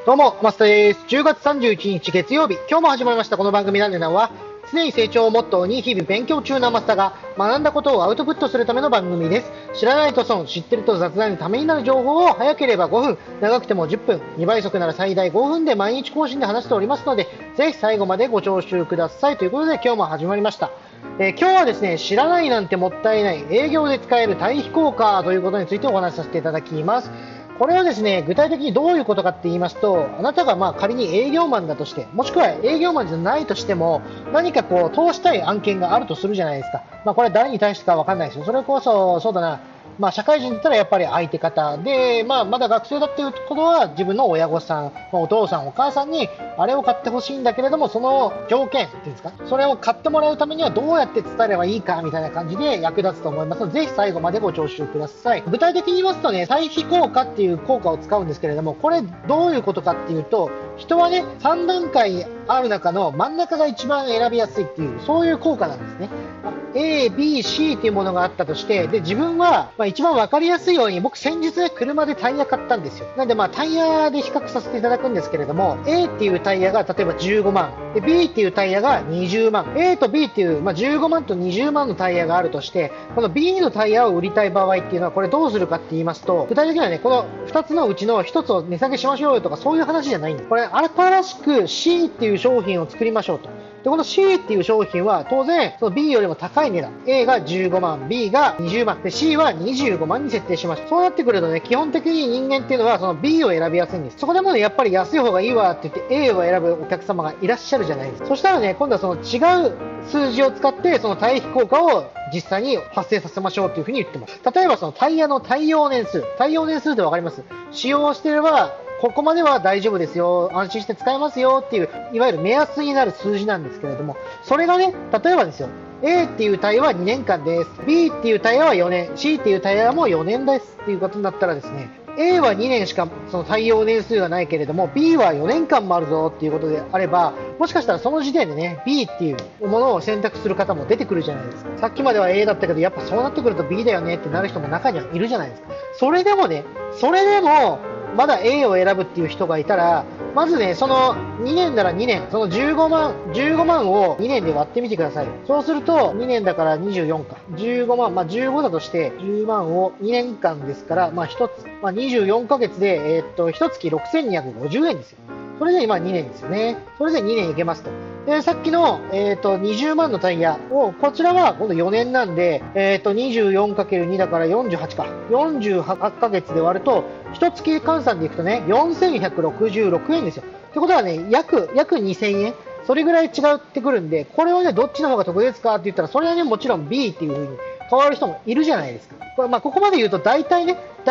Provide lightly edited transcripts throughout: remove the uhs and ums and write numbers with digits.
どうも、マスターです。10月31日月曜日、今日も始まりましたこの番組なんでなんは、常に成長をモットーに日々勉強中なマスターが学んだことをアウトプットするための番組です。知らないと損、知ってると雑談にためになる情報を早ければ5分、長くても10分、2倍速なら最大5分で毎日更新で話しておりますので、ぜひ最後までご聴取ください。ということで今日も始まりました。今日はですね、知らないなんてもったいない営業で使える対比効果ということについてお話しさせていただきます。これはですね、具体的にどういうことかって言いますと、あなたが仮に営業マンだとして、もしくは営業マンじゃないとしても、何か通したい案件があるとするじゃないですか。これは誰に対してかわかんないですよ。それこそ、そうだな、社会人だったらやっぱり相手方で、まだ学生だっていうことは自分の親御さん、お父さんお母さんにあれを買ってほしいんだけれども、その条件っていうんですか、それを買ってもらうためにはどうやって伝えればいいかみたいな感じで役立つと思いますので、ぜひ最後までご聴取ください。具体的に言いますとね、対比効果っていう効果を使うんですけれども、これどういうことかっていうと、人はね、3段階ある中の真ん中が一番選びやすいっていう、そういう効果なんですね。A、B、C っていうものがあったとして、で、自分は、一番わかりやすいように、僕先日ね、車でタイヤ買ったんですよ。なんでタイヤで比較させていただくんですけれども、A っていうタイヤが例えば15万、で、B っていうタイヤが20万、A と B っていう、15万と20万のタイヤがあるとして、この B のタイヤを売りたい場合っていうのは、これどうするかって言いますと、具体的にはね、この2つのうちの1つを値下げしましょうよとか、そういう話じゃないんです。これ、新しく C っていう商品を作りましょうと。で、この C っていう商品は当然その B よりも高い値段。A が15万、B が20万、で C は25万に設定しました。そうなってくるとね、基本的に人間っていうのはその B を選びやすいんです。そこでもね、やっぱり安い方がいいわって言って A を選ぶお客様がいらっしゃるじゃないですか。そしたらね、今度はその違う数字を使ってその対比効果を実際に発生させましょうというふうに言ってます。例えばそのタイヤの耐用年数ってわかります？使用していればここまでは大丈夫ですよ、安心して使えますよっていう、いわゆる目安になる数字なんですけれども、それがね、例えばですよ、A っていうタイヤは2年間です。B っていうタイヤは4年。C っていうタイヤはもう4年ですっていうことになったらですね、A は2年しかその対応年数がないけれども、B は4年間もあるぞっていうことであれば、もしかしたらその時点でね、B っていうものを選択する方も出てくるじゃないですか。さっきまでは A だったけど、やっぱそうなってくると B だよねってなる人も中にはいるじゃないですか。それでもまだ A を選ぶっていう人がいたら、まずね、その2年なら2年、その15万を2年で割ってみてください。そうすると、2年だから24か。15万、15だとして、10万を2年間ですから、1つ、24ヶ月で、1月6250円ですよ。それで今2年ですよね。それで2年いけますと。で、さっきの、20万のタイヤを、こちらは今度4年なんで、24×2 だから48か。48ヶ月で割ると、一月換算でいくとね、4166円ですよ。ってことはね、約2000円。それぐらい違ってくるんで、これはね、どっちの方が得ですかって言ったら、それはね、もちろん B っていう風に変わる人もいるじゃないですか。ここまで言うと大体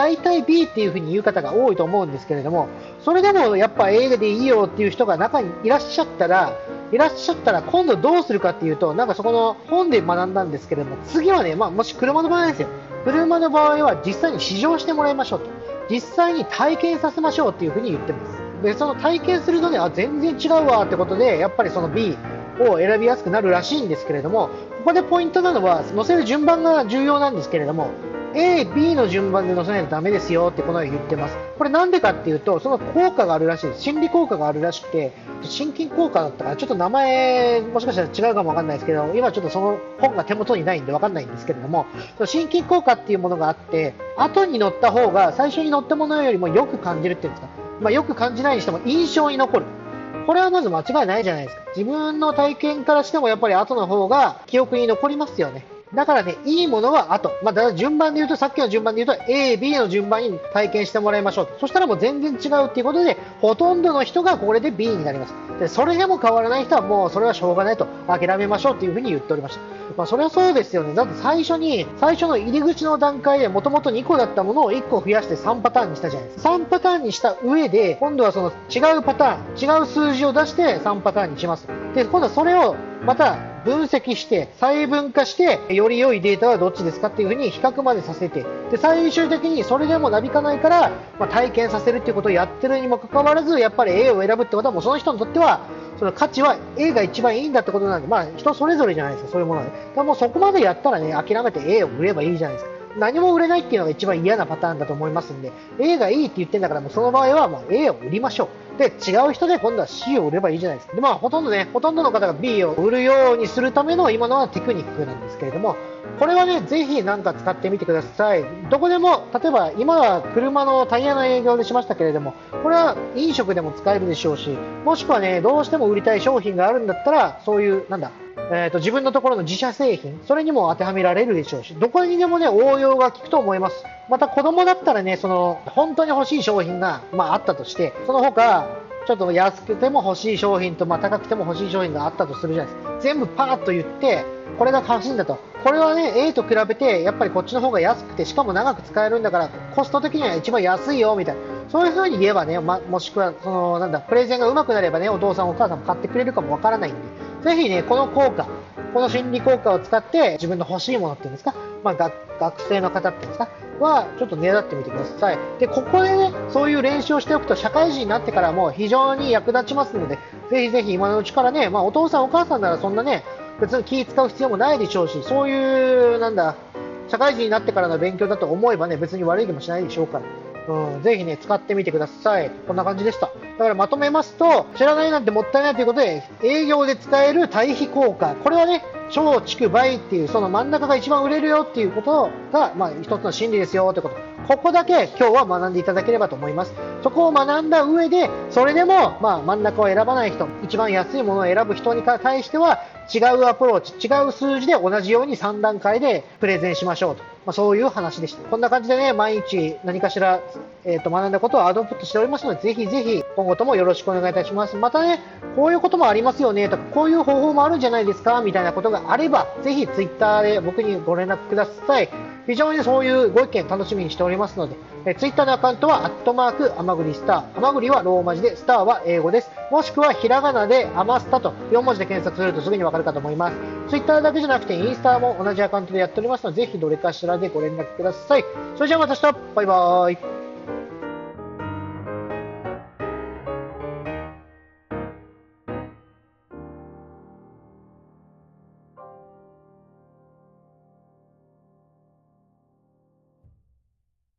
B っていう風に言う方が多いと思うんですけれども、それでもやっぱ A でいいよっていう人が中にいらっしゃったら、今度どうするかっていうと、なんかそこの本で学んだんですけれども、次はね、もし車の場合ですよ。車の場合は実際に試乗してもらいましょうと。実際に体験させましょうっていう風に言ってます。で、その体験するとね、全然違うわってことで、やっぱりその B を選びやすくなるらしいんですけれども、ここでポイントなのは、乗せる順番が重要なんですけれども、A、B の順番で乗せないとダメですよってこのように言ってます。これなんでかっていうと、その効果があるらしいです。心理効果があるらしくて、心筋効果だったから、ちょっと名前、もしかしたら違うかもわかんないですけど、今ちょっとその本が手元にないんでわかんないんですけれども、心筋効果っていうものがあって、後に乗った方が最初に乗ったものよりもよく感じるっていうんですか。よく感じないにしても印象に残る。これはまず間違いないじゃないですか。自分の体験からしてもやっぱり後の方が記憶に残りますよね。だからね、いいものは後。だから順番で言うと、さっきの順番で言うと、A、B の順番に体験してもらいましょう。そしたらもう全然違うっていうことで、ほとんどの人がこれで B になります。で、それでも変わらない人はもうそれはしょうがないと諦めましょうっていうふうに言っておりました。それはそうですよね。だって最初の入り口の段階でもともと2個だったものを1個増やして3パターンにしたじゃないですか。3パターンにした上で、今度はその違うパターン、違う数字を出して3パターンにします。で、今度はそれをまた分析して細分化してより良いデータはどっちですかっていう風に比較までさせて、で最終的にそれでもなびかないから、体験させるっていうことをやってるにもかかわらず、やっぱり A を選ぶってことはもうその人にとってはその価値は A が一番いいんだってことなんで、人それぞれじゃないですか、そういうものはね。だからもうそこまでやったらね、諦めて A を売ればいいじゃないですか。何も売れないっていうのが一番嫌なパターンだと思いますんで、A がいいって言ってんだから、もうその場合はA を売りましょう。 で、違う人で今度は C を売ればいいじゃないですか。で、まあ、ほとんどの方が B を売るようにするための今のはテクニックなんですけれども、これはね、ぜひなんか使ってみてください。どこでも、例えば今は車のタイヤの営業でしましたけれども、これは飲食でも使えるでしょうし、もしくはね、どうしても売りたい商品があるんだったら、そういう、自分のところの自社製品、それにも当てはめられるでしょうし、どこにでもね、応用が効くと思います。また子供だったらね、本当に欲しい商品が、あったとして、その他、ちょっと安くても欲しい商品と、高くても欲しい商品があったとするじゃないですか。全部パーッと言って、これが欲しいんだと。これはね、A と比べて、やっぱりこっちの方が安くて、しかも長く使えるんだから、コスト的には一番安いよ、みたいな。そういう風に言えばね、もしくは、プレゼンが上手くなればね、お父さんお母さんも買ってくれるかもわからないんで、ぜひね、この心理効果を使って、自分の欲しいものっていうんですか、学生の方っていうんですか、は、ちょっとねだってみてください。で、ここでね、そういう練習をしておくと、社会人になってからも非常に役立ちますので、ぜひぜひ今のうちからね、お父さんお母さんならそんなね、別に気使う必要もないでしょうし、そういう、社会人になってからの勉強だと思えばね、別に悪い気もしないでしょうから。ぜひね、使ってみてください。こんな感じでした。だからまとめますと、知らないなんてもったいないということで、営業で使える対比効果。これはね、小畜倍っていう、その真ん中が一番売れるよっていうことが、一つの心理ですよということ。ここだけ今日は学んでいただければと思います。そこを学んだ上で、それでも、真ん中を選ばない人、一番安いものを選ぶ人に対しては、違うアプローチ、違う数字で同じように3段階でプレゼンしましょうと。そういう話でした。こんな感じでね、毎日何かしら、学んだことをアウトプットしておりますので、ぜひぜひ今後ともよろしくお願いいたします。またね、こういうこともありますよねとか、こういう方法もあるんじゃないですかみたいなことがあれば、ぜひツイッターで僕にご連絡ください。非常にそういうご意見楽しみにしておりますので、ツイッターのアカウントは、アマグリスター。アマグリはローマ字で、スターは英語です。もしくはひらがなでアマスタと4文字で検索するとすぐにわかるかと思います。ツイッターだけじゃなくて、インスタも同じアカウントでやっておりますので、ぜひどれかしらでご連絡ください。それじゃあまた明日、バイバーイ。